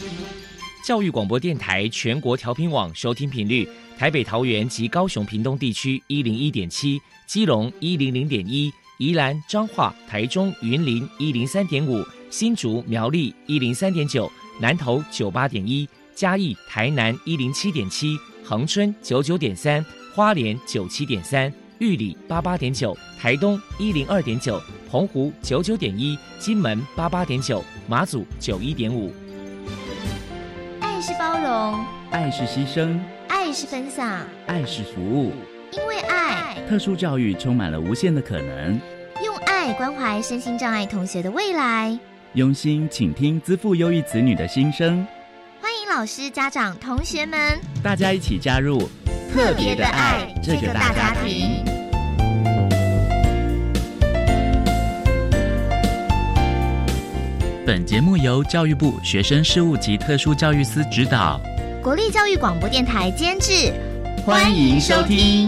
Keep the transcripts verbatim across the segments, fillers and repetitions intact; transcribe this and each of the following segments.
教育广播电台全国调频网收听频率：台北、桃园及高雄屏东地区一零一点七，基隆一零零点一，宜兰、彰化、台中、云林一零三点五，新竹、苗栗一零三点九，南投九八点一，嘉义、台南一零七点七，恒春九九点三，花莲九七点三，玉里八八点九，台东一零二点九，澎湖九九点一，金门八八点九，马祖九一点五。 爱是包容， 爱是牺牲， 爱是分享， 爱是服务。 因为爱， 特殊教育充满了无限的可能。 用爱关怀身心障碍同学的未来， 用心倾听资赋优异子女的心声。 欢迎老师、家长、同学们， 大家一起加入特别的爱这个大家庭。 本节目由教育部学生事务及特殊教育司指导， 国立教育广播电台监制， 欢迎收听。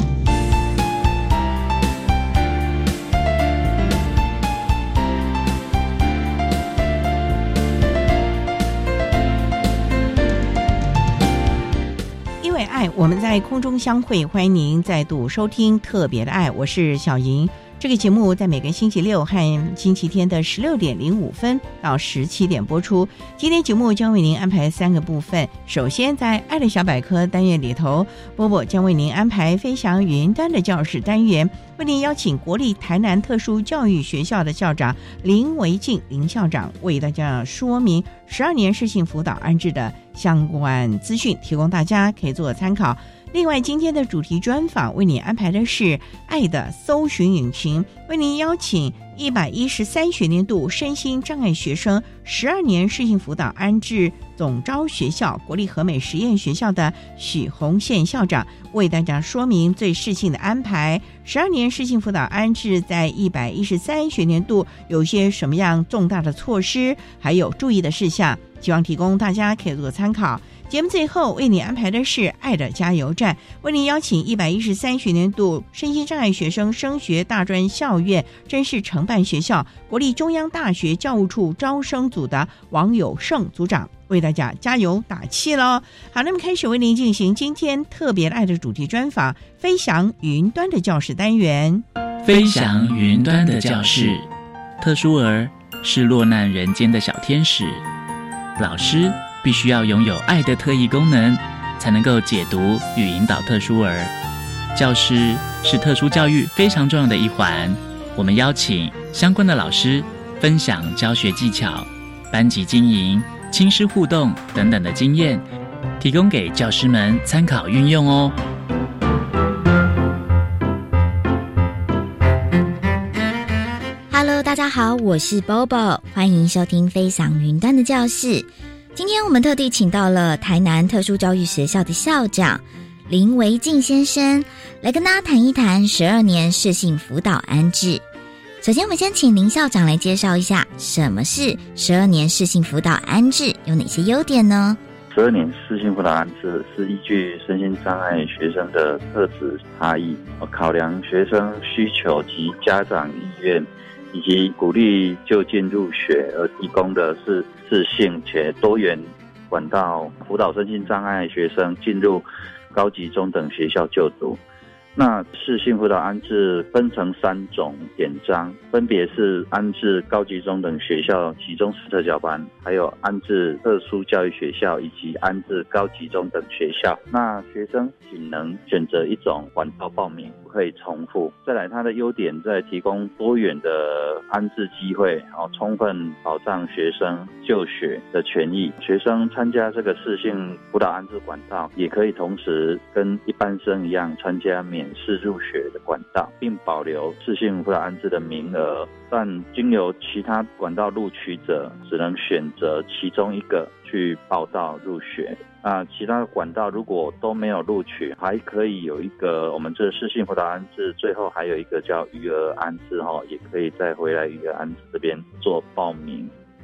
因为爱，我们在空中相会，欢迎您再度收听特别的爱，我是小莹。这个节目在每个星期六和星期天的十六点零五分到十七点播出。今天节目将为您安排三个部分。首先，在爱的小百科单元里头，波波将为您安排飞翔云端的教室单元，为您邀请国立台南特殊教育学校的校长林维静林校长为大家说明十二年适性辅导安置的相关资讯，提供大家可以做参考。另外，今天的主题专访为你安排的是爱的搜寻引擎，为您邀请一百一十三学年度身心障碍学生十二年适性辅导安置总招学校国立和美实验学校的许宏宪校长，为大家说明最适性的安排。十二年适性辅导安置在一百一十三学年度有些什么样重大的措施，还有注意的事项，希望提供大家可以做参考。节目最后为你安排的是爱的加油站，为你邀请一百一十三学年度身心障碍学生升学大专校院正式承办学校国立中央大学教务处招生组的王友胜组长为大家加油打气咯。好，那么开始为您进行今天特别爱的主题专访，飞翔云端的教室单元。 飞翔云端的教室，特殊儿是落难人间的小天使，老师必须要拥有爱的特异功能，才能够解读与引导特殊儿。教师是特殊教育非常重要的一环，我们邀请相关的老师分享教学技巧、班级经营、亲师互动等等的经验，提供给教师们参考运用哦。 Hello， 大家好，我是 Bobo， 欢迎收听飞翔云端的教室。今天我们特地请到了台南特殊教育学校的校长林维静先生，来跟大家谈一谈十二年适性辅导安置。首先我们先请林校长来介绍一下什么是十二年适性辅导安置，有哪些优点呢？ 十二年适性辅导安置是依据身心障碍学生的特质差异，考量学生需求及家长意愿，以及鼓励就近入学而提供的是适性且多元管道辅导身心障碍学生进入高级中等学校就读。那适性辅导安置分成三种典章，分别是安置高级中等学校期中式特教班，还有安置特殊教育学校，以及安置高级中等学校。那学生仅能选择一种管道报名，不可以重复。再来，它的优点在提供多元的安置机会，充分保障学生就学的权益。学生参加这个适性辅导安置管道，也可以同时跟一般生一样参加免免试入学的管道，并保留适性辅导安置的名额，但经由其他管道录取者只能选择其中一个去报到入学。那其他的管道如果都没有录取，还可以有一个我们这适性辅导安置，最后还有一个叫余额安置，也可以再回来余额安置这边做报名。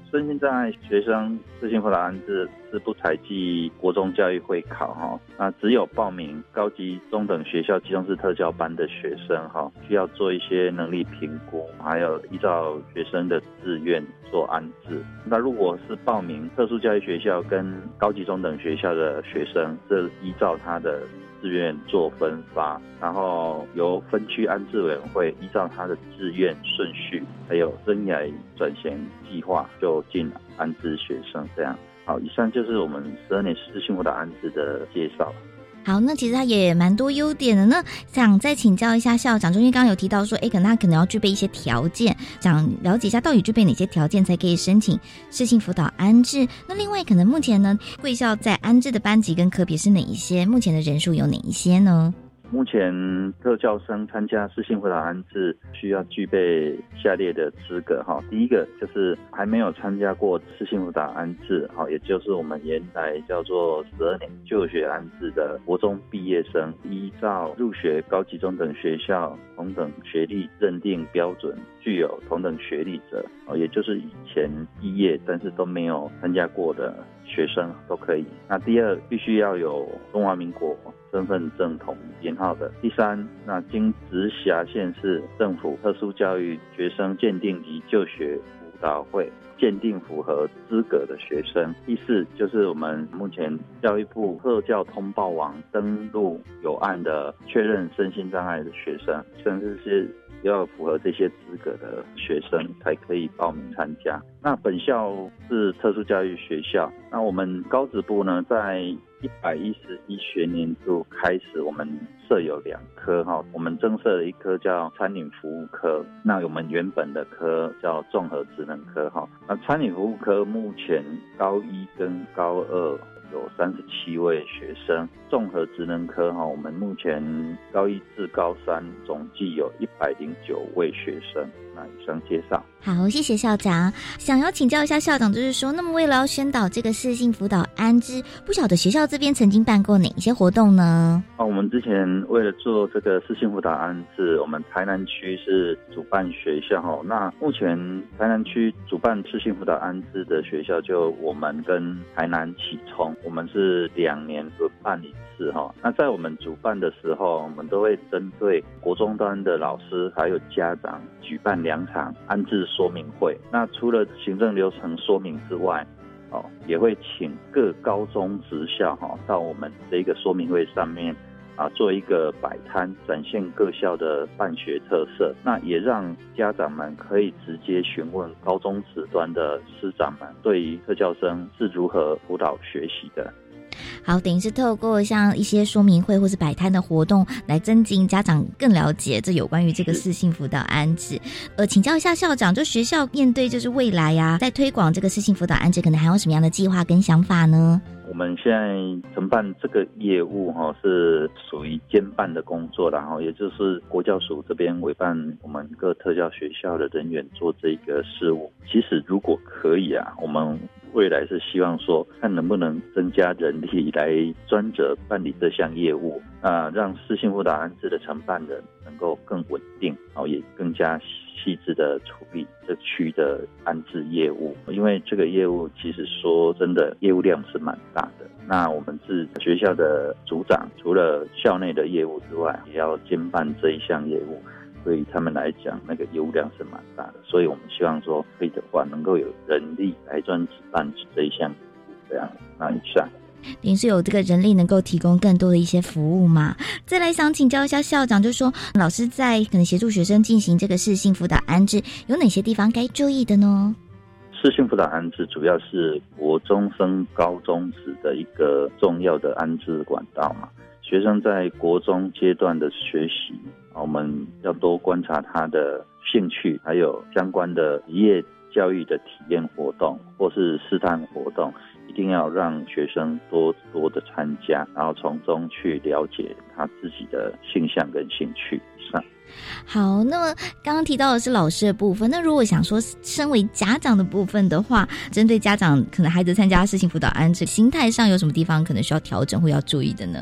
身心障碍学生适性辅导安置是不采集国中教育会考哈，那只有报名高级中等学校集中式特教班的学生哈，需要做一些能力评估，还有依照学生的志愿做安置。那如果是报名特殊教育学校跟高级中等学校的学生，这依照他的志愿做分发，然后由分区安置委员会依照他的志愿顺序，还有生涯转型计划就进安置学生这样。好，以上就是我们十二年适性辅导安置的介绍。 好，那其实它也蛮多优点的。那想再请教一下校长，因为刚刚有提到说，哎，可能他可能要具备一些条件，想了解一下到底具备哪些条件才可以申请适性辅导安置。那另外，可能目前呢，贵校在安置的班级跟科别是哪一些？目前的人数有哪一些呢？ 目前特教生参加适性辅导安置需要具备下列的资格哈。第一个就是还没有参加过适性辅导安置，好，也就是我们原来叫做十二年就学安置的国中毕业生，依照入学高级中等学校同等学历认定标准，具有同等学历者，也就是以前毕业但是都没有参加过的学生都可以。那第二，必须要有中华民国身份证统编号的。第三，那经直辖县市政府特殊教育学生鉴定及就学辅导会鉴定符合资格的学生。第四，就是我们目前教育部特教通报网登录有案的确认身心障碍的学生，甚至是要符合这些资格的学生才可以报名参加。那本校是特殊教育学校，那我们高职部呢，在一百一十一学年度开始，我们设有两科哈，我们增设了一科叫餐饮服务科，那我们原本的科叫综合职能科哈。那餐饮服务科目前高一跟高二有三十七位学生，综合职能科哈，我们目前高一至高三总计有一百零九位学生。那以上介绍。 好，谢谢校长。想要请教一下校长，就是说，那么为了要宣导这个适性辅导安置，不晓得学校这边曾经办过哪一些活动呢？ 哦，我们之前为了做这个适性辅导安置，我们台南区是主办学校哈。那目前台南区主办适性辅导安置的学校，就我们跟台南启聪，我们是两年轮办一次哈。那在我们主办的时候，我们都会针对国中端的老师还有家长举办两场安置说明会。那除了行政流程说明之外，哦，也会请各高中职校哈、哦、到我们这个说明会上面啊做一个摆摊，展现各校的办学特色。那也让家长们可以直接询问高中职端的师长们对于特教生是如何辅导学习的。 好，等于是透过像一些说明会或是摆摊的活动，来增进家长更了解这有关于这个适性辅导安置。呃，请教一下校长，就学校面对就是未来呀、啊，在推广这个适性辅导安置，可能还有什么样的计划跟想法呢？ 我们现在承办这个业务哈，是属于兼办的工作，然后也就是国教署这边委办我们各特教学校的人员做这个事务。其实如果可以啊，我们未来是希望说，看能不能增加人力来专责办理这项业务，啊，让适性辅导安置的承办人能够更稳定，然后也更加细致的处理这区的安置业务。因为这个业务其实说真的，业务量是蛮大的。那我们是学校的组长，除了校内的业务之外，也要兼办这一项业务。对于他们来讲，那个业务量是蛮大的，所以我们希望说，可以的话，能够有人力来专职办这一项，这样。那以上， 等于是有这个人力能够提供更多的一些服务嘛。再来想请教一下校长，就是说，老师在可能协助学生进行这个适性辅导安置，有哪些地方该注意的呢？ 适性辅导安置主要是国中升高中职的一个重要的安置管道嘛。学生在国中阶段的学习，我们要多观察他的兴趣，还有相关的职业教育的体验活动或是试探活动，一定要让学生多多的参加，然后从中去了解他自己的性向跟兴趣。以上。 好，那么刚刚提到的是老师的部分，那如果想说身为家长的部分的话，针对家长可能孩子参加适性辅导安置，心态上有什么地方可能需要调整或要注意的呢？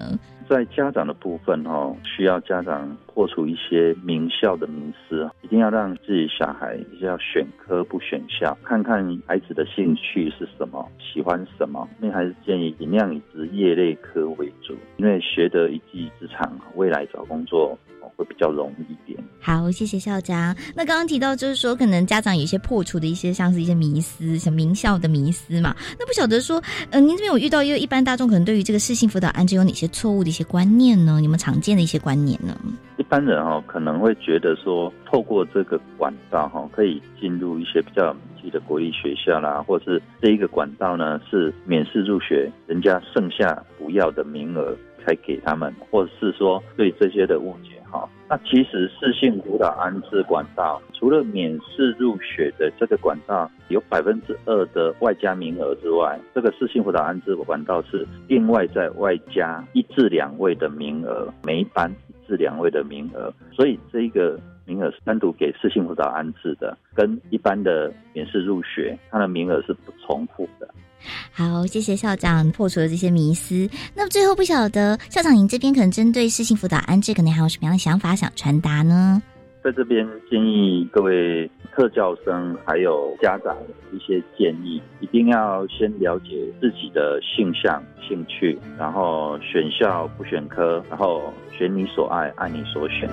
在家长的部分哦，需要家长破除一些名校的迷思，一定要让自己小孩要选科不选校，看看孩子的兴趣是什么，喜欢什么。那还是建议尽量以职业类科为主，因为学得一技之长，未来找工作会比较容易一点。 好，谢谢校长。那刚刚提到就是说，可能家长有一些破除的一些像是一些迷思，像名校的迷思嘛。那不晓得说，呃，您这边有遇到一个一般大众可能对于这个适性辅导安置有哪些错误的一些观念呢？你们常见的一些观念呢？ 一般人哦可能会觉得说，透过这个管道哈，可以进入一些比较有名气的国立学校啦，或是这一个管道呢是免试入学，人家剩下不要的名额才给他们，或者是说对这些的误解哈。那其实适性辅导安置管道除了免试入学的这个管道有百分之二的外加名额之外，这个适性辅导安置管道是另外再外加一至两位的名额，每一班一至两位的名额，所以这一个名额是单独给适性辅导安置的，跟一般的免试入学它的名额是不重复的。 好，谢谢校长破除了这些迷思。那最后不晓得校长您这边可能针对适性辅导安置可能还有什么样的想法想传达呢？ 在这边建议各位特教生还有家长一些建议，一定要先了解自己的性向兴趣，然后选校不选科，然后选你所爱，爱你所选。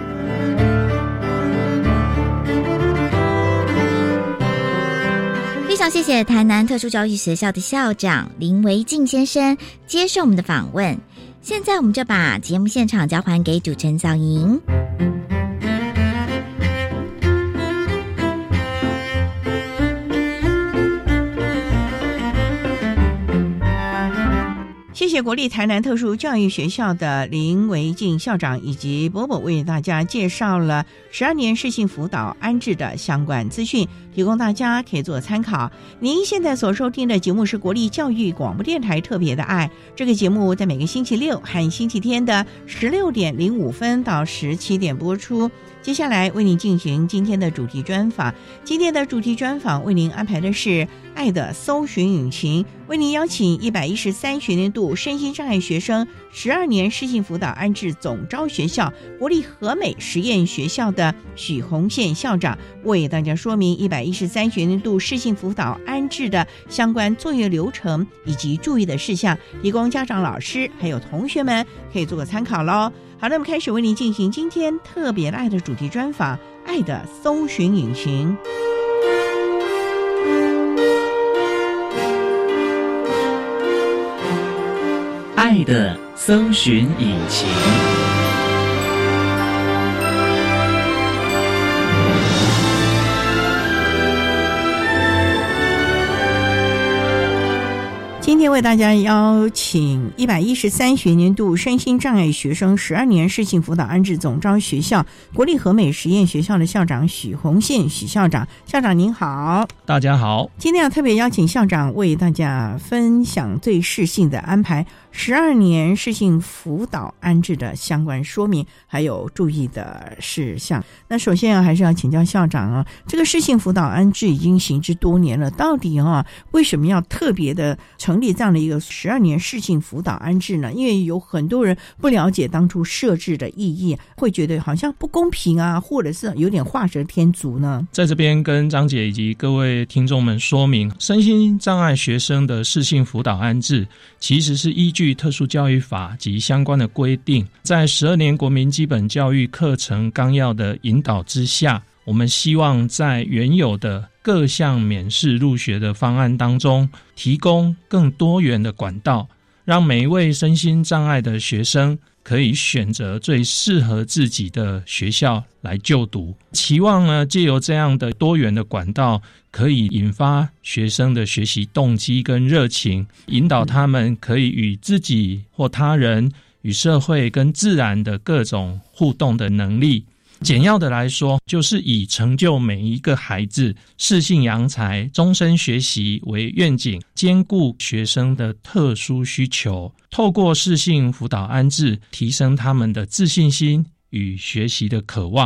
非常谢谢台南特殊教育学校的校长林维静先生接受我们的访问。现在我们就把节目现场交还给主持人小莹。 谢谢国立台南特殊教育学校的林维静校长以及伯伯为大家介绍了十二年适性辅导安置的相关资讯，提供大家可以做参考。您现在所收听的节目是国立教育广播电台特别的爱，这个节目在每个星期六和星期天的十六点零五分到十七点播出。接下来为您进行今天的主题专访，今天的主题专访为您安排的是爱的搜寻引擎，为您邀请一百一十三学年度身心障碍学生十二年适性辅导安置总招学校国立和美实验学校的许宏宪校长，为大家说明一百一十三学年度适性辅导安置的相关作业流程以及注意的事项，提供家长、老师还有同学们可以做个参考咯。好的，我们开始为您进行今天特别爱的主题专访，爱的搜寻引擎。 爱的搜寻引擎。 今天为大家邀请一百一十三学年度身心障碍学生十二年适性辅导安置总招学校国立和美实验学校的校长许宏宪许校长，校长您好。 大家好， 今天要特别邀请校长为大家分享对适性的安排十二年适性辅导安置的相关说明还有注意的事项。那首先啊，还是要请教校长啊，这个适性辅导安置已经行之多年了，到底啊为什么要特别的成立这样的一个十二年适性辅导安置呢？因为有很多人不了解当初设置的意义，会觉得好像不公平啊，或者是有点画蛇添足呢。 在这边跟张姐以及各位听众们说明，身心障碍学生的适性辅导安置其实是依据特殊教育法及相关的规定，在十二年国民基本教育课程纲要的引导之下，我们希望在原有的各项免试入学的方案当中，提供更多元的管道，让每一位身心障碍的学生可以选择最适合自己的学校来就读。期望呢，藉由这样的多元的管道，可以引发学生的学习动机跟热情，引导他们可以与自己或他人、与社会跟自然的各种互动的能力。简要的来说，就是以成就每一个孩子适性扬才、终身学习为愿景，兼顾学生的特殊需求，透过适性辅导安置，提升他们的自信心与学习的渴望，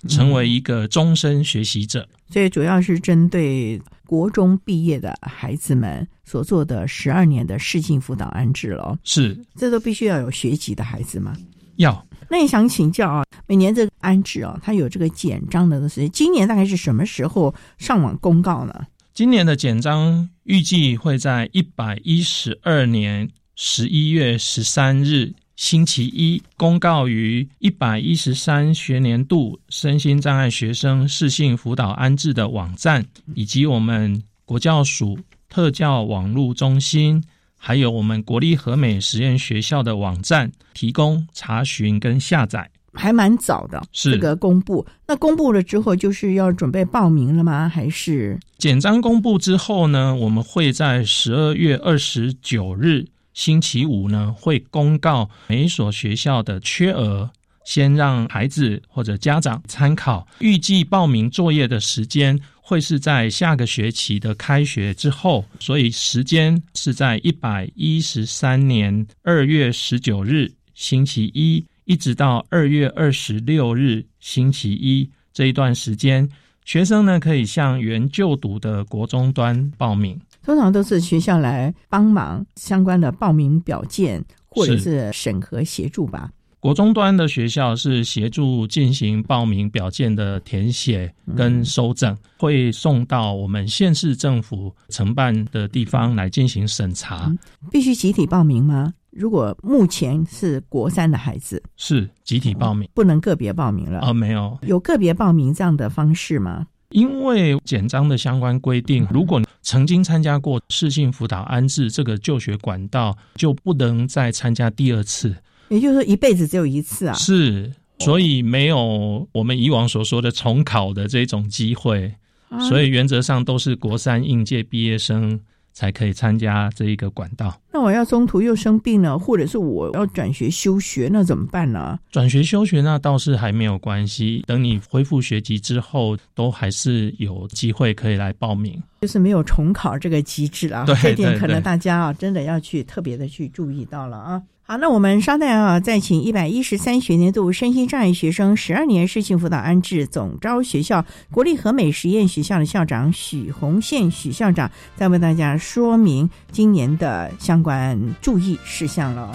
成为一个终身学习者。 所以主要是针对国中毕业的孩子们所做的十二年的适性辅导安置了。 是， 这都必须要有学籍的孩子吗？ 要。 那也想请教啊，每年这个安置啊，它有这个简章的时间，今年大概是什么时候上网公告呢？ 今年的简章预计会在一百一十二年十一月十三日星期一公告于一百一十三学年度身心障碍学生适性辅导安置的网站，以及我们国教署特教网络中心，还有我们国立和美实验学校的网站提供查询跟下载。 还蛮早的， 是这个公布。那公布了之后，就是要准备报名了吗？还是简章公布之后呢？我们会在十二月二十九日星期五呢，会公告每一所学校的缺额，先让孩子或者家长参考。预计报名作业的时间会是在下个学期的开学之后，所以时间是在一百一十三年二月十九日星期一。一直到二月二十六日星期一这一段时间，学生呢可以向原就读的国中端报名。 通常都是学校来帮忙相关的报名表件或者是审核协助吧。 国中端的学校是协助进行报名表件的填写跟收整，嗯、会送到我们县市政府承办的地方来进行审查。 嗯、必须集体报名吗？如果目前是国三的孩子， 是集体报名， 嗯、不能个别报名了啊、呃？没有， 有个别报名这样的方式吗？ 因为简章的相关规定，如果曾经参加过适性辅导安置这个就学管道，就不能再参加第二次。 也就是说，一辈子只有一次啊？ 是，所以没有我们以往所说的重考的这种机会，啊、所以原则上都是国三应届毕业生才可以参加这一个管道。 那我要中途又生病了，或者是我要转学休学，那怎么办呢？ 转学休学那倒是还没有关系，等你恢复学籍之后，都还是有机会可以来报名。 就是没有重考这个机制啊， 对， 这点可能大家啊真的要去特别的去注意到了啊。好，那我们稍待啊，再请一百一十三学年度身心障碍学生十二年适性辅导安置总招学校国立和美实验学校的校长许宏宪许校长，再为大家说明今年的相关注意事项了。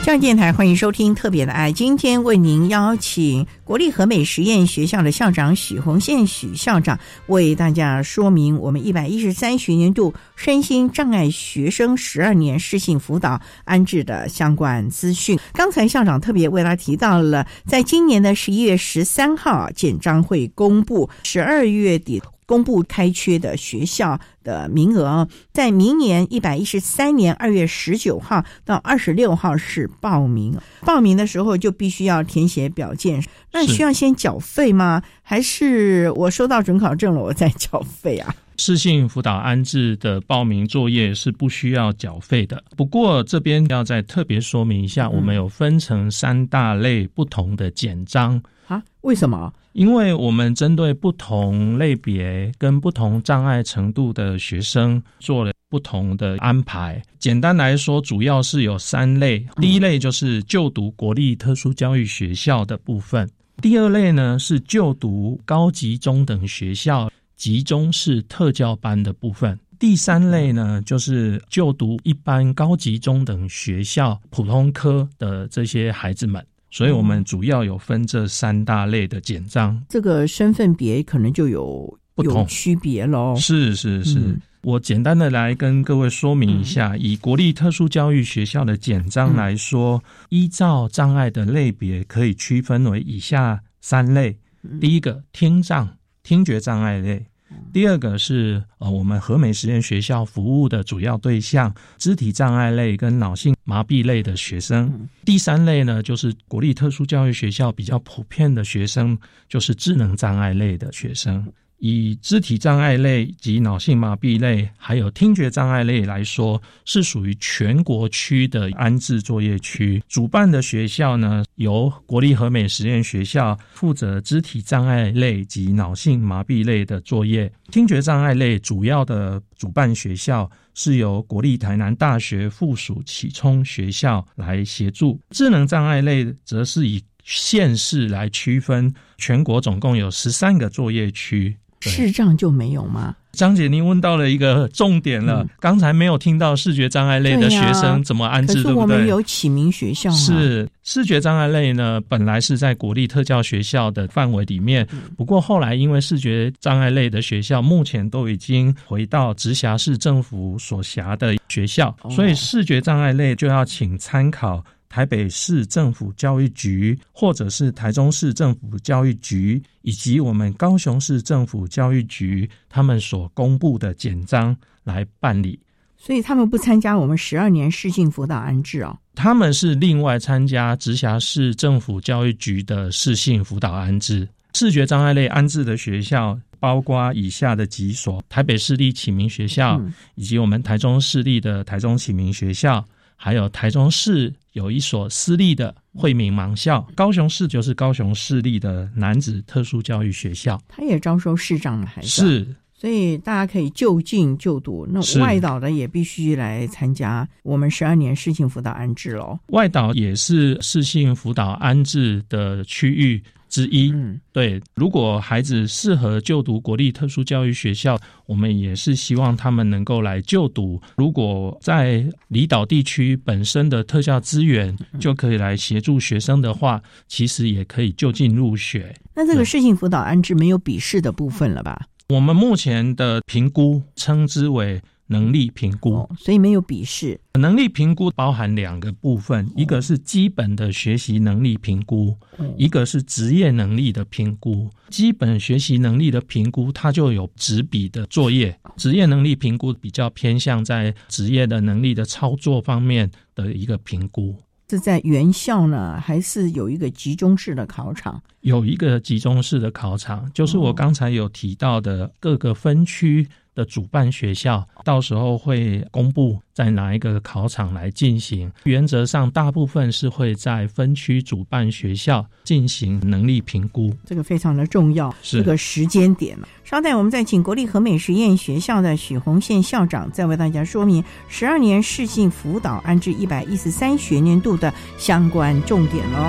教育电台欢迎收听特别的爱，今天为您邀请国立和美实验学校的校长许宏宪许校长为大家说明我们一百一十三学年度身心障碍学生十二年适性辅导安置的相关资讯。刚才校长特别为他提到了，在今年的十一月十三号简章会公布十二月底公布开缺的学校的名额，在明年一百一十三年二月十九号到二十六号是报名。报名的时候就必须要填写表件，那需要先缴费吗？还是我收到准考证了我再缴费啊？ 适性辅导安置的报名作业是不需要缴费的，不过这边要再特别说明一下，我们有分成三大类不同的简章啊？为什么？ 因为我们针对不同类别跟不同障碍程度的学生做了不同的安排。简单来说，主要是有三类。第一类就是就读国立特殊教育学校的部分，第二类呢是就读高级中等学校集中式特教班的部分，第三类呢就是就读一般高级中等学校普通科的这些孩子们。所以我们主要有分这三大类的简章， 这个身份别可能就有不同有区别咯。 是是是、嗯、我简单的来跟各位说明一下、嗯、以国立特殊教育学校的简章来说、嗯、依照障碍的类别可以区分为以下三类、嗯、第一个听障听觉障碍类，第二个是呃我们和美实验学校服务的主要对象肢体障碍类跟脑性麻痹类的学生、嗯、第三类呢就是国立特殊教育学校比较普遍的学生，就是智能障碍类的学生。以肢体障碍类及脑性麻痹类还有听觉障碍类来说，是属于全国区的安置作业区。主办的学校呢，由国立和美实验学校负责肢体障碍类及脑性麻痹类的作业，听觉障碍类主要的主办学校是由国立台南大学附属启聪学校来协助。智能障碍类则是以县市来区分，全国总共有十三个作业区。 视障就没有吗？ 张姐，您问到了一个重点了、嗯、刚才没有听到视觉障碍类的学生怎么安置， 对,、啊、对不对？可是我们有启明学校嘛。 是视觉障碍类呢，本来是在国立特教学校的范围里面、嗯、不过后来因为视觉障碍类的学校目前都已经回到直辖市政府所辖的学校、哦、所以视觉障碍类就要请参考台北市政府教育局或者是台中市政府教育局以及我们高雄市政府教育局他们所公布的简章来办理。 所以他们不参加我们十二年适性辅导安置哦， 他们是另外参加直辖市政府教育局的适性辅导安置。视觉障碍类安置的学校包括以下的几所：台北市立启明学校、嗯、以及我们台中市立的台中启明学校，还有台中市有一所私立的惠民盲校，高雄市就是高雄市立的男子特殊教育学校， 他也招收视障的孩子。 是， 所以大家可以就近就读，那外岛的也必须来参加我们十二年适性辅导安置咯。 外岛也是适性辅导安置的区域之一、嗯、对，如果孩子适合就读国立特殊教育学校，我们也是希望他们能够来就读。如果在离岛地区本身的特教资源就可以来协助学生的话，其实也可以就近入学。 那这个适性辅导安置没有笔试的部分了吧？ 我们目前的评估称之为能力评估、哦、 所以没有笔试。 能力评估包含两个部分、哦、一个是基本的学习能力评估、哦、一个是职业能力的评估。基本学习能力的评估它就有纸笔的作业，职业能力评估比较偏向在职业的能力的操作方面的一个评估。 是在原校呢，还是有一个集中式的考场？ 有一个集中式的考场，就是我刚才有提到的各个分区的主办学校，到时候会公布在哪一个考场来进行。原则上大部分是会在分区主办学校进行能力评估， 这个非常的重要，这个时间点。稍待我们再请国立和美实验学校的许宏宪校长再为大家说明十二年适性辅导安置一百一十三学年度的相关重点咯。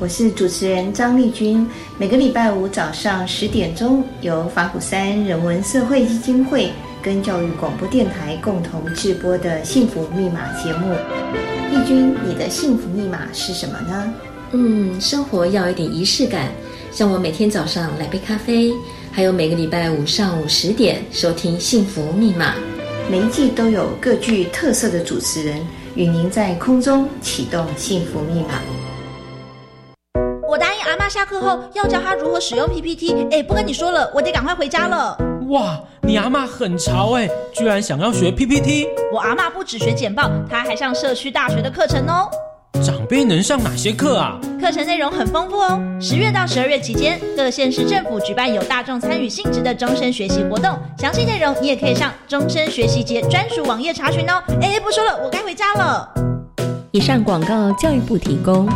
我是主持人张丽君。每个礼拜五早上十点钟，由法鼓山人文社会基金会跟教育广播电台共同制播的幸福密码节目。丽君，你的幸福密码是什么呢？ 嗯，生活要有一点仪式感，像我每天早上来杯咖啡，还有每个礼拜五上午十点收听幸福密码。 每一季都有各具特色的主持人与您在空中启动幸福密码。 我答应阿嬷下课后要教她如何使用 P P T， 哎，不跟你说了，我得赶快回家了。 哇，你阿嬷很潮哎，居然想要学 P P T。 我阿嬷不只学简报，她还上社区大学的课程哦。 长辈能上哪些课啊？ 课程内容很丰富哦。十月到十二月期间，各县市政府举办有大众参与性质的终身学习活动，详细内容你也可以上终身学习节专属网页查询哦。哎，不说了，我该回家了。 以上广告教育部提供。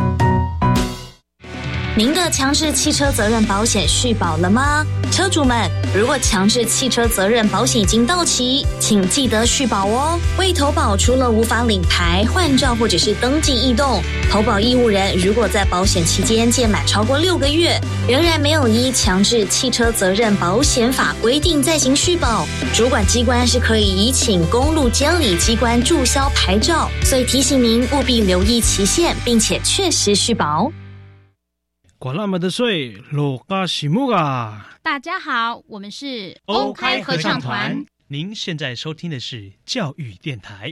您的强制汽车责任保险续保了吗？车主们，如果强制汽车责任保险已经到期，请记得续保哦。未投保除了无法领牌、换照或者是登记异动，投保义务人如果在保险期间届满超过六个月，仍然没有依强制汽车责任保险法规定再行续保，主管机关是可以移请公路监理机关注销牌照，所以提醒您务必留意期限，并且确实续保。 管那么的水，落嘎西木啊！ 大家好，我们是欧开合唱团。您现在收听的是教育电台。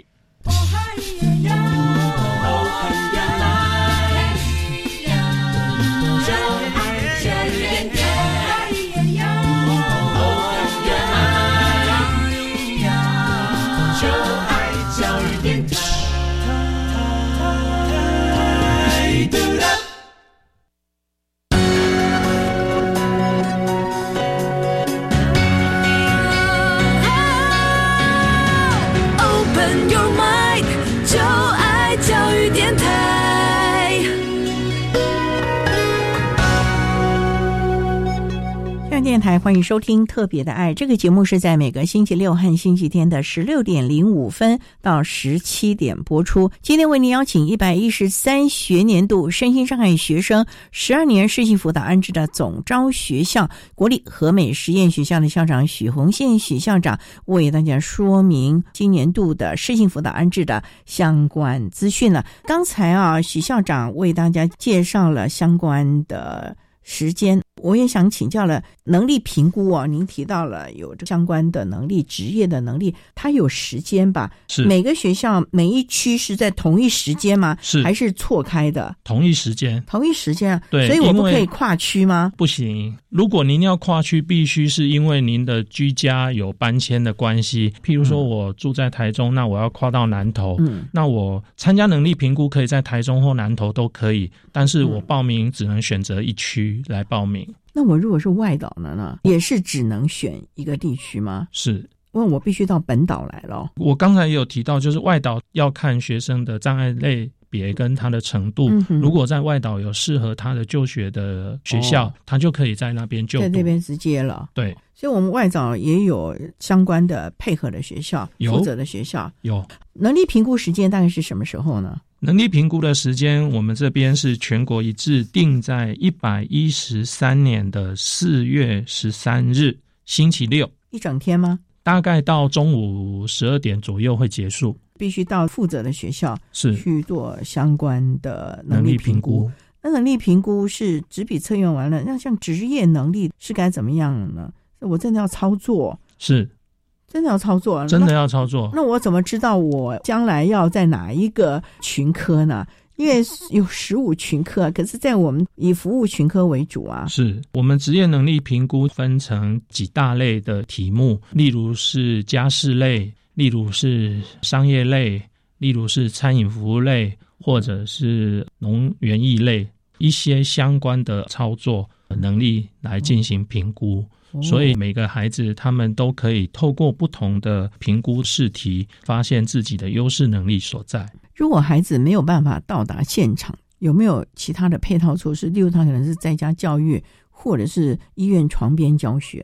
电台欢迎收听特别的爱，这个节目是在每个星期六和星期天的十六点零五分到十七点播出。今天为您邀请一百一十三学年度身心障碍学生十二年适性辅导安置的总招学校国立和美实验学校的校长许宏宪许校长为大家说明今年度的适性辅导安置的相关资讯了。刚才啊，许校长为大家介绍了相关的时间，我也想请教了能力评估啊，您提到了有这相关的能力、职业的能力，它有时间吧？ 是每个学校每一区是在同一时间吗？ 是还是错开的？ 同一时间， 同一时间啊。 对， 所以我不可以跨区吗？ 不行，如果您要跨区，必须是因为您的居家有搬迁的关系。譬如说我住在台中，嗯、那我要跨到南投，嗯，那我参加能力评估可以在台中或南投都可以，但是我报名只能选择一区来报名。 那我如果是外岛的呢，也是只能选一个地区吗？ 是， 因为我必须到本岛来了。 我刚才也有提到，就是外岛要看学生的障碍类别跟他的程度，嗯、如果在外岛有适合他的就学的学校，哦、他就可以在那边就读， 在那边直接了。 对， 所以我们外岛也有相关的配合的学校，负责的学校有。 能力评估时间大概是什么时候呢？ 能力评估的时间，我们这边是全国一致定在一百一十三年的四月十三日星期六， 一整天吗？ 大概到中午十二点左右会结束。 必须到负责的学校是去做相关的能力评估。能力评估那能力评估是纸笔测验完了，那像职业能力是该怎么样呢？我真的要操作， 是真的要操作， 真的要操作。 那, 那我怎么知道我将来要在哪一个群科呢？因为有十五群科，可是在我们以服务群科为主啊。 是我们职业能力评估分成几大类的题目，例如是家事类，例如是商业类，例如是餐饮服务类，或者是农园艺类，一些相关的操作能力来进行评估。哦，所以每个孩子他们都可以透过不同的评估试题，发现自己的优势能力所在。 如果孩子没有办法到达现场，有没有其他的配套措施？例如他可能是在家教育，或者是医院床边教学呢？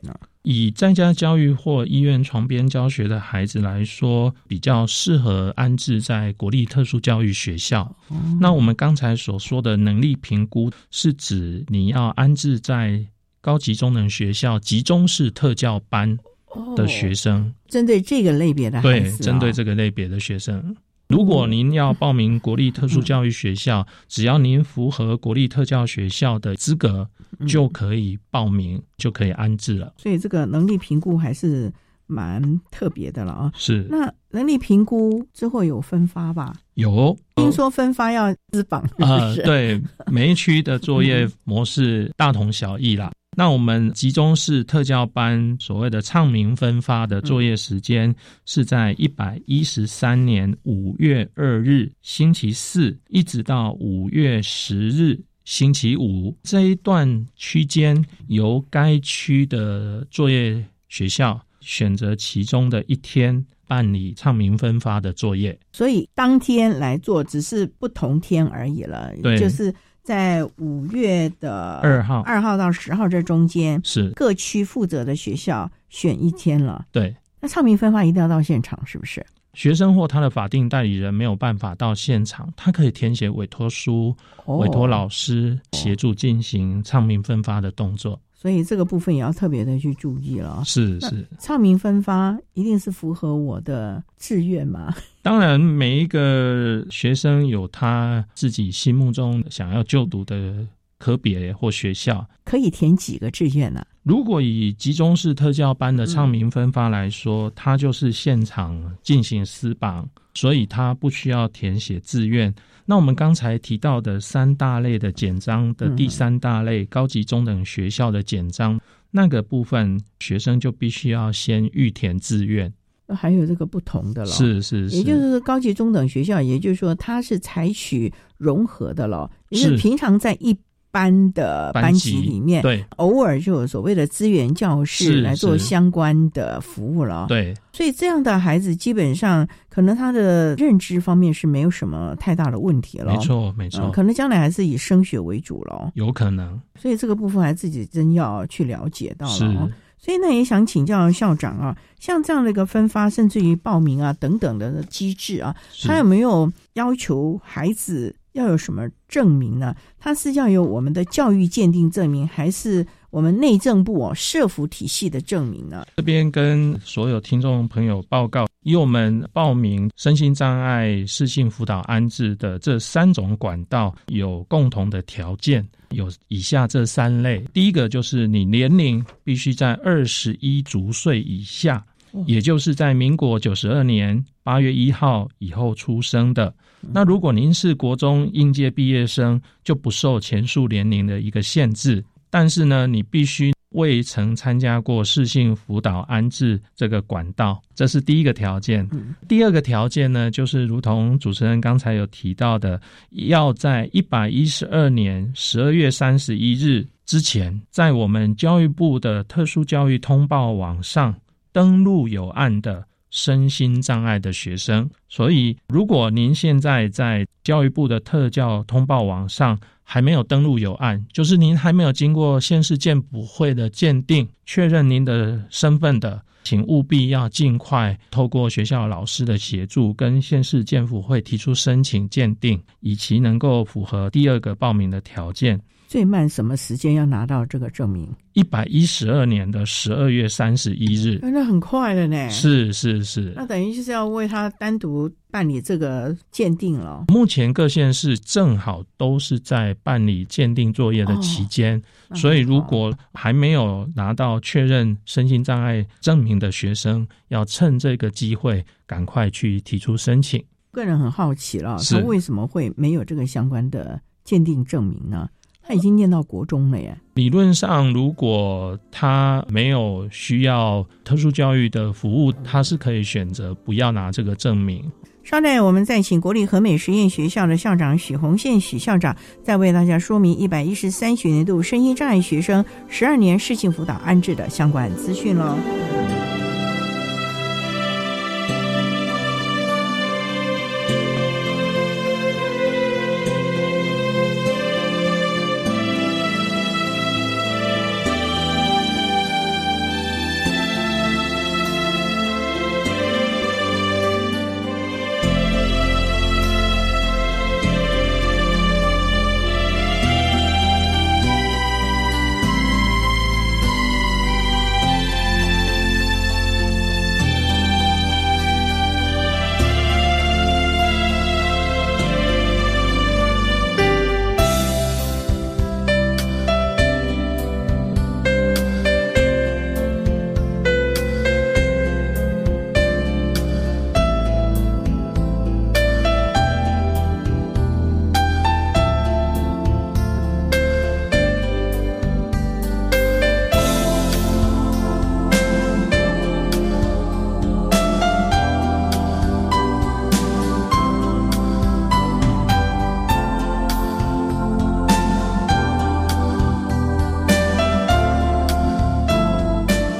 以在家教育或医院床边教学的孩子来说，比较适合安置在国立特殊教育学校。哦、那我们刚才所说的能力评估，是指你要安置在高级中能学校集中式特教班的学生，哦、 针对这个类别的孩子、哦， 对，针对这个类别的学生。如果您要报名国立特殊教育学校，嗯、只要您符合国立特教学校的资格，嗯、就可以报名，就可以安置了。 所以这个能力评估还是蛮特别的了啊。 是， 那能力评估之后有分发吧？ 有， 听说分发要资榜啊、呃，对，每一区的作业模式大同小异啦。那我们集中式特教班所谓的唱名分发的作业时间是在一百一十三年五月二日星期四一直到五月十日星期五，这一段区间由该区的作业学校选择其中的一天办理唱名分发的作业， 所以当天来做只是不同天而已了。 对， 就是在五月的二号二号到十号这中间， 是各区负责的学校选一天了。 对， 那唱名分发一定要到现场，是不是？ 学生或他的法定代理人没有办法到现场，他可以填写委托书，哦、委托老师协助进行唱名分发的动作。 所以这个部分也要特别的去注意了。 是是， 唱名分发一定是符合我的志愿吗？ 当然，每一个学生有他自己心目中想要就读的科别或学校。 可以填几个志愿呢、啊？ 如果以集中式特教班的唱名分发来说，嗯、它就是现场进行撕榜，所以它不需要填写志愿。那我们刚才提到的三大类的简章的第三大类、嗯、高级中等学校的简章，那个部分学生就必须要先预填志愿。 还有这个不同的了， 是是是， 也就是高级中等学校，也就是说它是采取融合的了，也就是平常在一般的班级里面， 对， 偶尔就有所谓的资源教室来做相关的服务了。 对， 所以这样的孩子基本上可能他的认知方面是没有什么太大的问题了。 没错没错、 嗯，可能将来还是以升学为主了， 有可能。 所以这个部分还自己真要去了解到了。 是。 所以呢，也想请教校长啊，像这样的一个分发，甚至于报名啊等等的机制啊，他有没有要求孩子要有什么证明呢？他是要有我们的教育鉴定证明，还是我们内政部哦社福体系的证明呢？ 这边跟所有听众朋友报告，以我们报名身心障碍适性辅导安置的这三种管道有共同的条件，有以下这三类。第一个就是你年龄必须在二十一足岁以下，也就是在民国九十二年八月一号以后出生的。那如果您是国中应届毕业生，就不受前述年龄的一个限制，但是呢，你必须未曾参加过适性辅导安置这个管道，这是第一个条件。嗯、第二个条件呢，就是如同主持人刚才有提到的，要在一百一十二年十二月三十一日之前，在我们教育部的特殊教育通报网上登录有案的身心障碍的学生。所以如果您现在在教育部的特教通报网上还没有登录有案，就是您还没有经过县市健辅会的鉴定确认您的身份的，请务必要尽快透过学校老师的协助跟县市健辅会提出申请鉴定，以其能够符合第二个报名的条件。 最慢什么时间要拿到这个证明？ 一百一十二年的十二月三十一日。 那很快了呢。 是是是。 那等于就是要为他单独办理这个鉴定了。 目前各县市正好都是在办理鉴定作业的期间、哦、所以如果还没有拿到确认身心障碍证明的学生，要趁这个机会赶快去提出申请。 个人很好奇了，他为什么会没有这个相关的鉴定证明呢？他已经念到国中了耶。 理论上如果他没有需要特殊教育的服务，他是可以选择不要拿这个证明。 稍待，我们再请国立和美实验学校的校长许宏宪许校长再为大家说明一百一十三学年度身心障碍学生十二年适性辅导安置的相关资讯咯。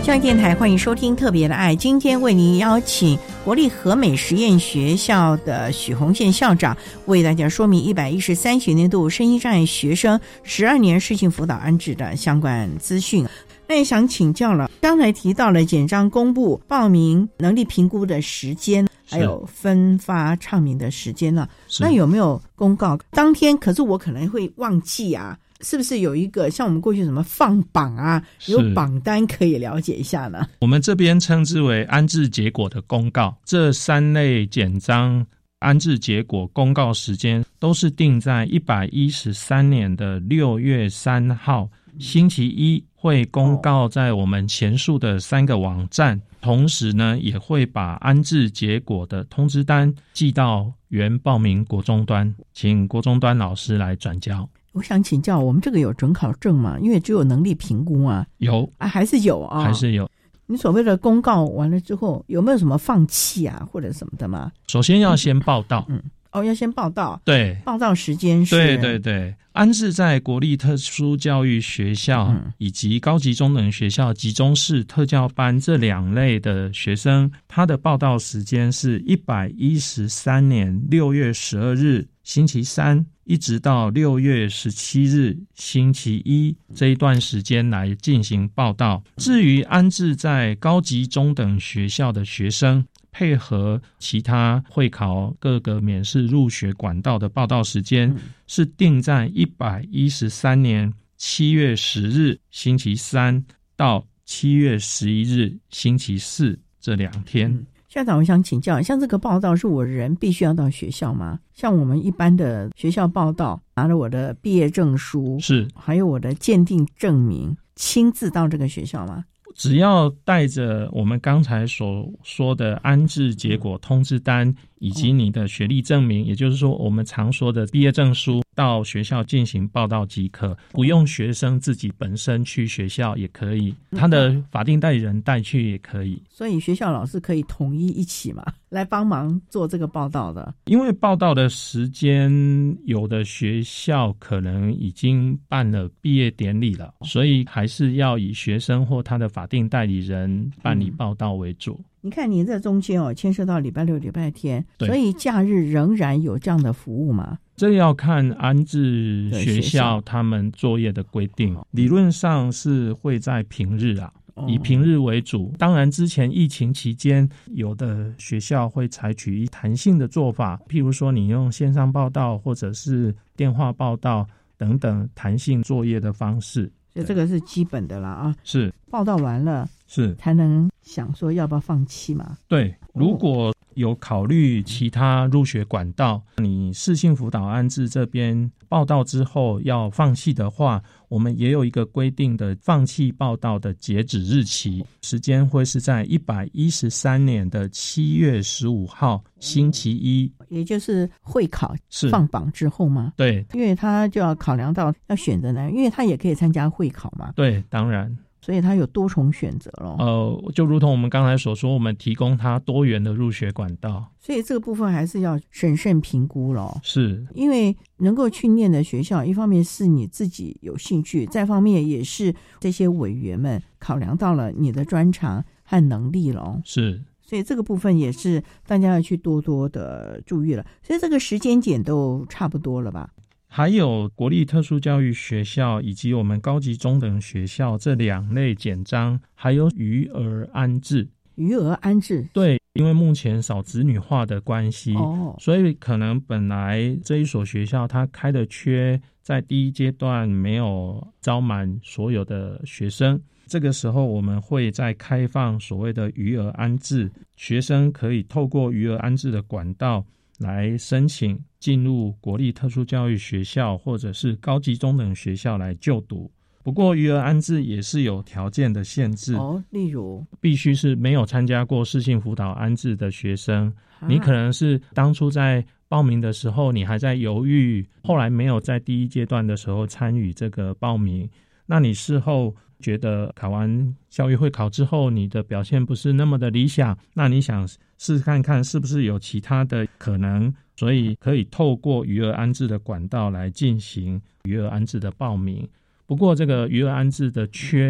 教育电台欢迎收听特别的爱，今天为您邀请国立和美实验学校的许宏宪校长为大家说明一百一十三学年度身心障碍学生十二年适性辅导安置的相关资讯。那也想请教了，刚才提到了简章公布报名能力评估的时间，还有分发唱名的时间了，那有没有公告当天？可是我可能会忘记啊，是不是有一个像我们过去什么放榜啊，有榜单可以了解一下呢？ 我们这边称之为安置结果的公告，这三类简章安置结果公告时间都是定在一百一十三年的六月三号星期一，会公告在我们前述的三个网站，同时呢也会把安置结果的通知单寄到原报名国中端，请国中端老师来转交。 我想请教，我们这个有准考证吗？因为只有能力评估啊。 有啊，还是有啊、哦， 还是有。 你所谓的公告完了之后，有没有什么放弃啊，或者什么的吗？ 首先要先报到， 嗯，哦，要先报到， 对， 报到时间是， 对对对，安置在国立特殊教育学校、嗯、以及高级中等学校集中式特教班这两类的学生，他的报到时间是一百一十三年六月十二日星期三，一直到六月十七日星期一这一段时间来进行报到。至于安置在高级中等学校的学生，配合其他会考各个免试入学管道的报到时间、嗯、是定在一百一十三年七月十日星期三到七月十一日星期四这两天、嗯校长， 我想请教，像这个报道是我人必须要到学校吗？像我们一般的学校报道，拿了我的毕业证书， 是还有我的鉴定证明，亲自到这个学校吗？ 只要带着我们刚才所说的安置结果通知单以及你的学历证明、嗯、也就是说我们常说的毕业证书，到学校进行报到即可，不用学生自己本身去学校也可以，他的法定代理人带去也可以。 所以学校老师可以统一一起嘛，来帮忙做这个报到的。 因为报到的时间有的学校可能已经办了毕业典礼了，所以还是要以学生或他的法定代理人办理报到为主、嗯， 你看你这中间哦，牵涉到礼拜六礼拜天，所以假日仍然有这样的服务吗？ 这要看安置学校他们作业的规定，理论上是会在平日啊，以平日为主。当然之前疫情期间有的学校会采取弹性的做法，譬如说你用线上报到或者是电话报到等等弹性作业的方式， 所以这个是基本的啦啊。 是报到完了是才能想说要不要放弃嘛。 对，如果有考虑其他入学管道，你适性辅导安置这边报到之后要放弃的话，我们也有一个规定的放弃报到的截止日期，时间会是在一百一十三年的七月十五号星期一， 也就是会考放榜之后吗？ 对， 因为他就要考量到要选择呢，因为他也可以参加会考嘛。 对，当然。 所以它有多重选择咯。 呃，就如同我们刚才所说，我们提供它多元的入学管道， 所以这个部分还是要审慎评估咯。 是， 因为能够去念的学校，一方面是你自己有兴趣，再方面也是这些委员们考量到了你的专长和能力咯。 是， 所以这个部分也是大家要去多多的注意了。所以这个时间点都差不多了吧？ 还有国立特殊教育学校以及我们高级中等学校这两类简章，还有余额安置。 余额安置， 对，因为目前少子女化的关系、哦、所以可能本来这一所学校它开的缺在第一阶段没有招满所有的学生，这个时候我们会再开放所谓的余额安置，学生可以透过余额安置的管道来申请进入国立特殊教育学校或者是高级中等学校来就读。不过余额安置也是有条件的限制哦，例如必须是没有参加过适性辅导安置的学生、啊、你可能是当初在报名的时候你还在犹豫，后来没有在第一阶段的时候参与这个报名，那你事后觉得考完教育会考之后你的表现不是那么的理想，那你想试看看是不是有其他的可能，所以可以透过余额安置的管道来进行余额安置的报名。不过这个余额安置的缺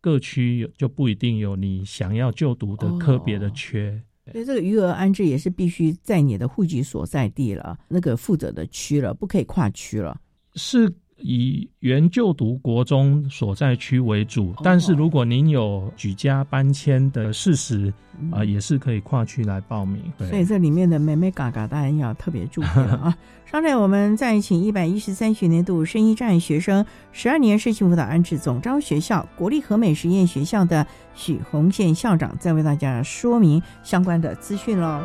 各区就不一定有你想要就读的科别的缺。 哦，所以这个余额安置也是必须在你的户籍所在地了，那个负责的区了，不可以跨区了。 是以原就读国中所在区为主，哦，但是如果您有举家搬迁的事实，嗯呃、也是可以跨区来报名。 所以这里面的眉眉角角大家要特别注意了啊！稍待，我们再请一百一十三学年度身心障碍学生十二年市幸辅导安置总招学校国立和美实验学校的许宏宪校长再为大家说明相关的资讯咯。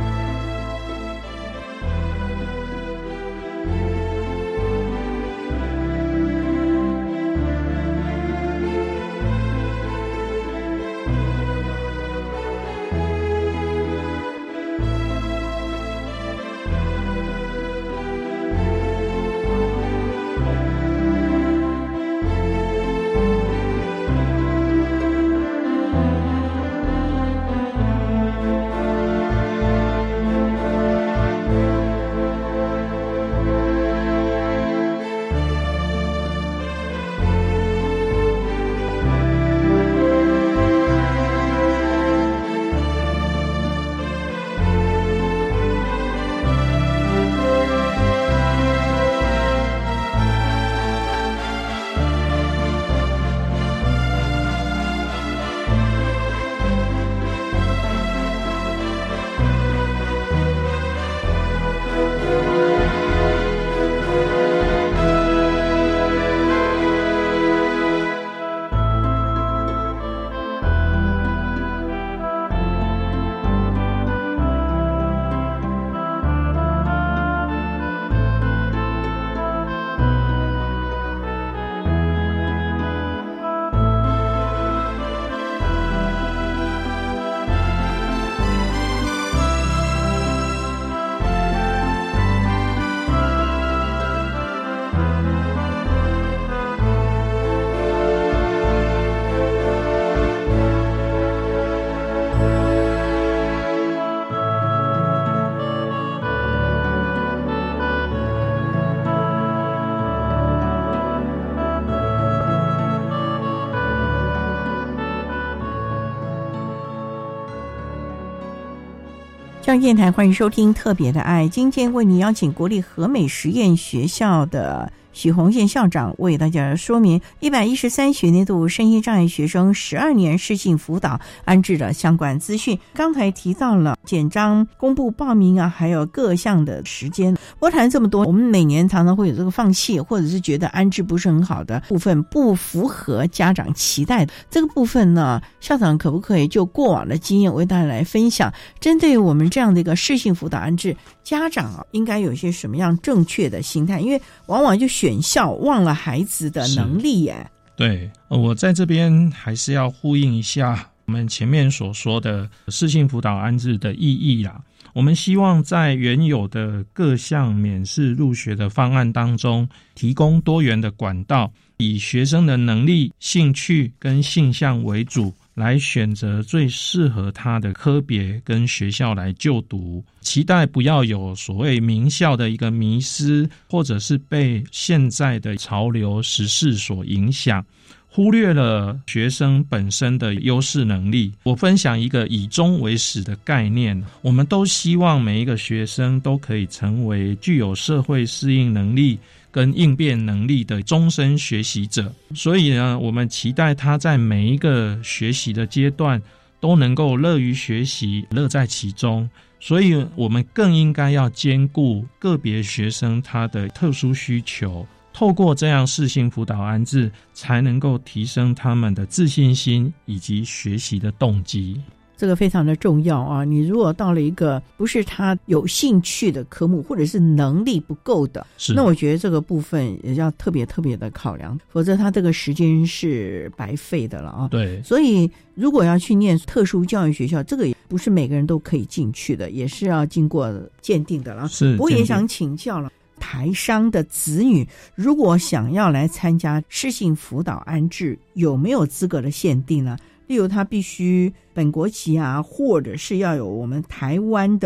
教育电台，欢迎收听特别的爱。今天为你邀请国立和美实验学校的许宏宪校长为大家说明一百一十三学年度身心障碍学生十二年适性辅导安置的相关资讯。刚才提到了简章公布报名啊，还有各项的时间。我谈这么多，我们每年常常会有这个放弃，或者是觉得安置不是很好的部分，不符合家长期待的这个部分呢，校长可不可以就过往的经验为大家来分享？针对我们这样的一个适性辅导安置，家长啊应该有一些什么样正确的心态？因为往往就选校忘了孩子的能力耶。 对，我在这边还是要呼应一下我们前面所说的适性辅导安置的意义啦。我们希望在原有的各项免试入学的方案当中，提供多元的管道，以学生的能力、兴趣跟性向为主，来选择最适合他的科别跟学校来就读。期待不要有所谓名校的一个迷失，或者是被现在的潮流时事所影响，忽略了学生本身的优势能力。我分享一个以终为始的概念，我们都希望每一个学生都可以成为具有社会适应能力跟应变能力的终身学习者。所以呢，我们期待他在每一个学习的阶段都能够乐于学习，乐在其中。所以我们更应该要兼顾个别学生他的特殊需求，透过这样适性辅导安置，才能够提升他们的自信心以及学习的动机。 这个非常的重要啊！你如果到了一个不是他有兴趣的科目，或者是能力不够的，那我觉得这个部分也要特别特别的考量，否则他这个时间是白费的了啊！对，所以如果要去念特殊教育学校，这个也不是每个人都可以进去的，也是要经过鉴定的了。是，我也想请教了。台商的子女如果想要来参加适性辅导安置，有没有资格的限定呢？例如他必须本国籍啊，或者是要有我们台湾的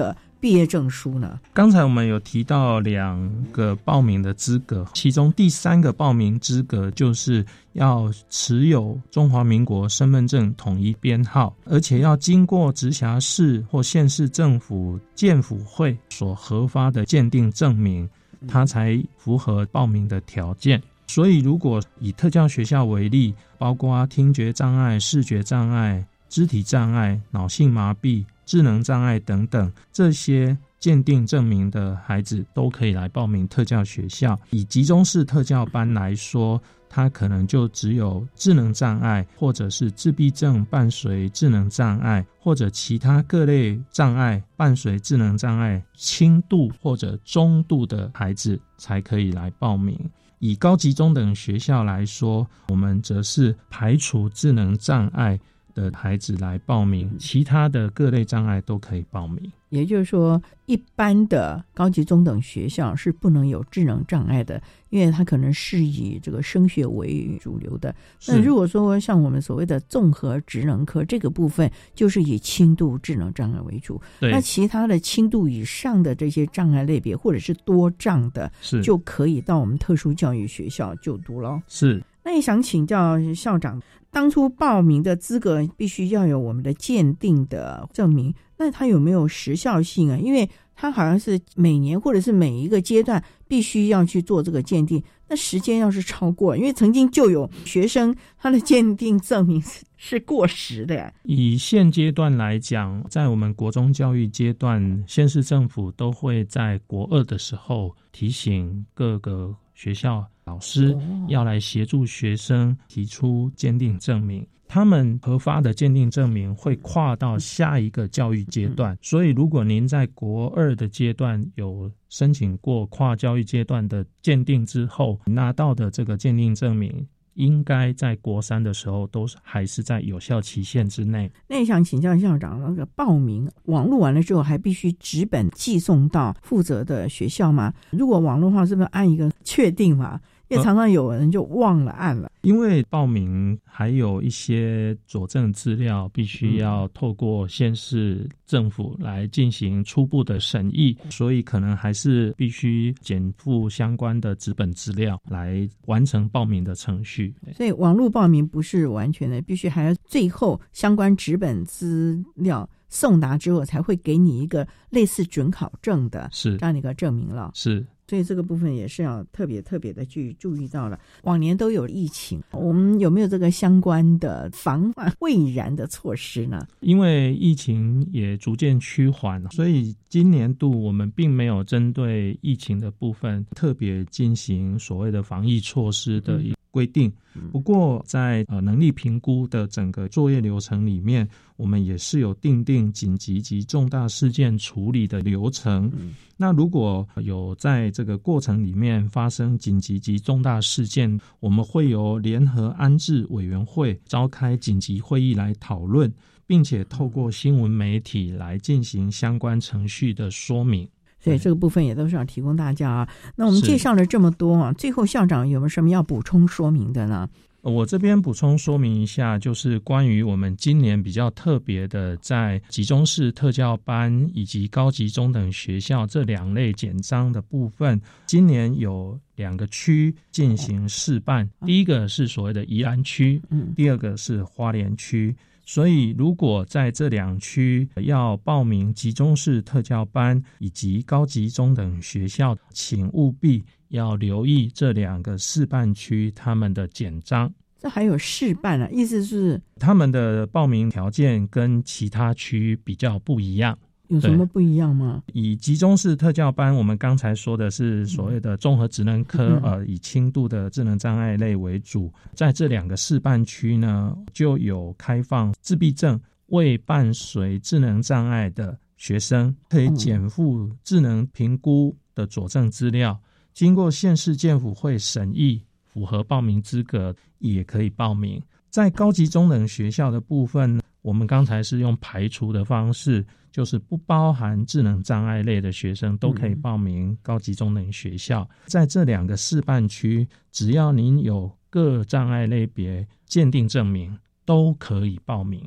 毕业证书呢？ 刚才我们有提到两个报名的资格，其中第三个报名资格就是要持有中华民国身份证统一编号，而且要经过直辖市或县市政府鉴辅会所核发的鉴定证明，它才符合报名的条件。所以如果以特教学校为例，包括听觉障碍、视觉障碍、肢体障碍、脑性麻痹、智能障碍等等，这些鉴定证明的孩子都可以来报名特教学校。以集中式特教班来说，它可能就只有智能障碍或者是自闭症伴随智能障碍，或者其他各类障碍伴随智能障碍轻度或者中度的孩子才可以来报名。以高级中等学校来说，我们则是排除智能障碍的孩子来报名，其他的各类障碍都可以报名。 也就是说，一般的高级中等学校是不能有智能障碍的，因为它可能是以这个升学为主流的。那如果说像我们所谓的综合职能科这个部分，就是以轻度智能障碍为主。那其他的轻度以上的这些障碍类别，或者是多障的，是就可以到我们特殊教育学校就读了。 是。 那也想请教校长，当初报名的资格必须要有我们的鉴定的证明，那它有没有时效性啊？因为它好像是每年或者是每一个阶段必须要去做这个鉴定，那时间要是超过，因为曾经就有学生他的鉴定证明是过时的呀。 以现阶段来讲，在我们国中教育阶段，县市政府都会在国二的时候提醒各个学校老师要来协助学生提出鉴定证明，他们核发的鉴定证明会跨到下一个教育阶段，所以如果您在国二的阶段有申请过跨教育阶段的鉴定之后，拿到的这个鉴定证明应该在国三的时候都还是在有效期限之内。 那也想请教校长，那个报名网络完了之后还必须纸本寄送到负责的学校吗？如果网络的话，是不是按一个确定嘛？因为常常有人就忘了按了。 因为报名还有一些佐证资料必须要透过县市政府来进行初步的审议，所以可能还是必须减负相关的纸本资料来完成报名的程序。 所以网络报名不是完全的，必须还要最后相关纸本资料送达之后才会给你一个类似准考证的是这样的一个证明了。 是， 所以这个部分也是要特别特别的去注意到了。往年都有疫情，我们有没有这个相关的防范未然的措施呢？ 因为疫情也逐渐趋缓，所以今年度我们并没有针对疫情的部分特别进行所谓的防疫措施的一个规定。不过在呃能力评估的整个作业流程里面，我们也是有订定紧急及重大事件处理的流程。那如果有在这个过程里面发生紧急及重大事件，我们会由联合安置委员会召开紧急会议来讨论，并且透过新闻媒体来进行相关程序的说明。 所以这个部分也都是要提供大家啊。那我们介绍了这么多啊，最后校长有没有什么要补充说明的呢？ 我这边补充说明一下，就是关于我们今年比较特别的，在集中式特教班以及高级中等学校这两类简章的部分，今年有两个区进行试办，第一个是所谓的宜兰区，第二个是花莲区。所以如果在这两区要报名集中式特教班以及高级中等学校，请务必要留意这两个试办区他们的简章。 这还有试办啊，意思是他们的报名条件跟其他区比较不一样。 有什么不一样吗？ 以集中式特教班，我们刚才说的是所谓的综合职能科，嗯、呃，以轻度的智能障碍类为主。在这两个示范区呢，就有开放自闭症未伴随智能障碍的学生可以减负智能评估的佐证资料，经过县市鉴辅会审议，符合报名资格也可以报名。在高级中等学校的部分，我们刚才是用排除的方式，就是不包含智能障碍类的学生都可以报名高级中等学校。在这两个示范区，只要您有各障碍类别鉴定证明，都可以报名。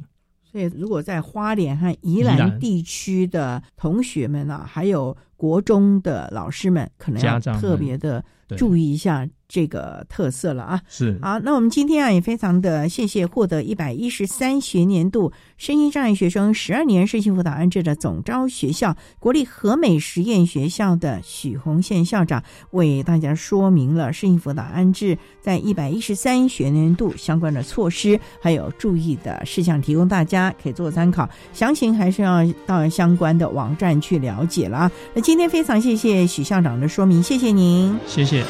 所以如果在花莲和宜兰地区的同学们啊，还有国中的老师们，可能要特别的注意一下这个特色了啊。 是。 好，那我们今天啊也非常的谢谢获得一百一十三学年度身心障碍学生十二年身心辅导安置的总招学校国立和美实验学校的许宏宪校长，为大家说明了身心辅导安置在一百一十三学年度相关的措施还有注意的事项，提供大家可以做参考，详情还是要到相关的网站去了解了。那今天非常谢谢许校长的说明，谢谢您。 谢谢。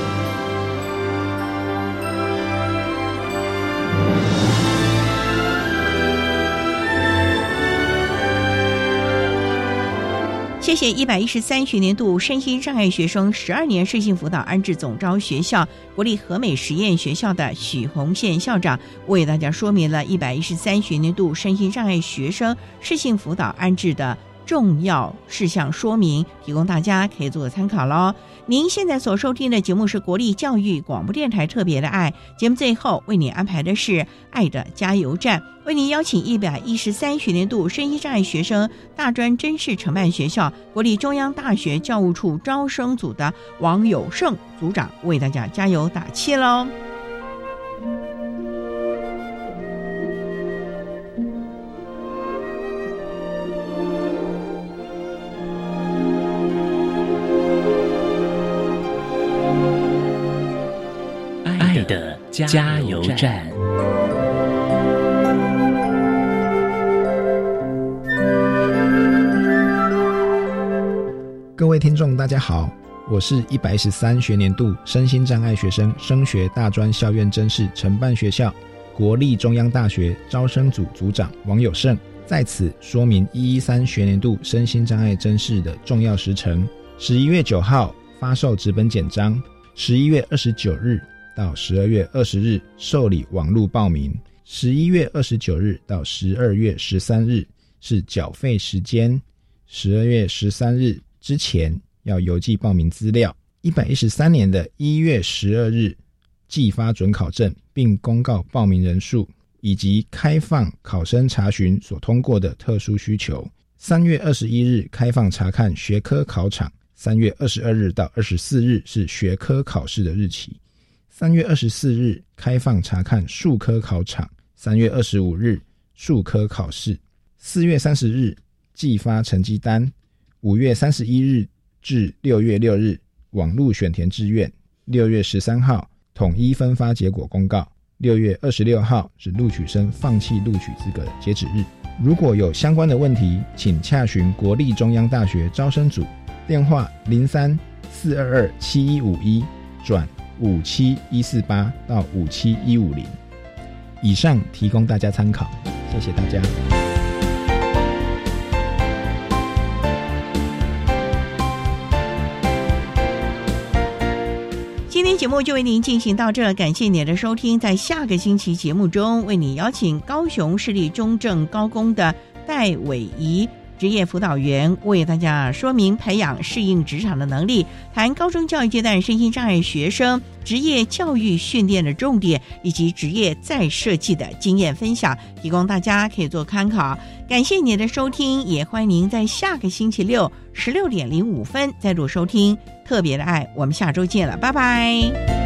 谢谢一百一十三学年度身心障碍学生十二年身心辅导安置总招学校国立和美实验学校的许宏宪校长，为大家说明了一百一十三学年度身心障碍学生身心辅导安置的重要事项说明，提供大家可以做参考咯。您现在所收听的节目是国立教育广播电台特别的爱节目，最后为您安排的是爱的加油站，为您邀请一百一十三学年度身心障碍学生大专甄试承办学校国立中央大学教务处招生组的王友胜组长为大家加油打气咯。 的加油站。 各位听众大家好，我是一百一十三学年度身心障碍学生升学大专校院甄试承办学校国立中央大学招生组组长王友胜，在此说明一一三学年度身心障碍甄试的重要时程。十一月九号发售纸本简章，十一月二十九日到十二月二十日受理网络报名，十一月二十九日到十二月十三日是缴费时间，十二月十三日之前要邮寄报名资料。一百一十三年的一月十二日寄发准考证，并公告报名人数以及开放考生查询所通过的特殊需求。三月二十一日开放查看学科考场，三月二十二日到二十四日是学科考试的日期。三月二十四日开放查看术科考场，三月二十五日术科考试。四月三十日寄发成绩单，五月三十一日至六月六日网络选填志愿，六月十三号统一分发结果公告，六月二十六号是录取生放弃录取资格的截止日。如果有相关的问题，请洽询国立中央大学招生组，电话零三四二二七一五一转五七一四八到五七一五零。以上提供大家参考，谢谢大家。 今天节目就为您进行到这，感谢您的收听。在下个星期节目中，为你邀请高雄市立中正高工的戴伟仪职业辅导员，为大家说明培养适应职场的能力，谈高中教育阶段身心障碍学生职业教育训练的重点，以及职业再设计的经验分享，提供大家可以做参考。感谢您的收听，也欢迎您在下个星期六十六点零五分再度收听特别的爱。我们下周见了，拜拜。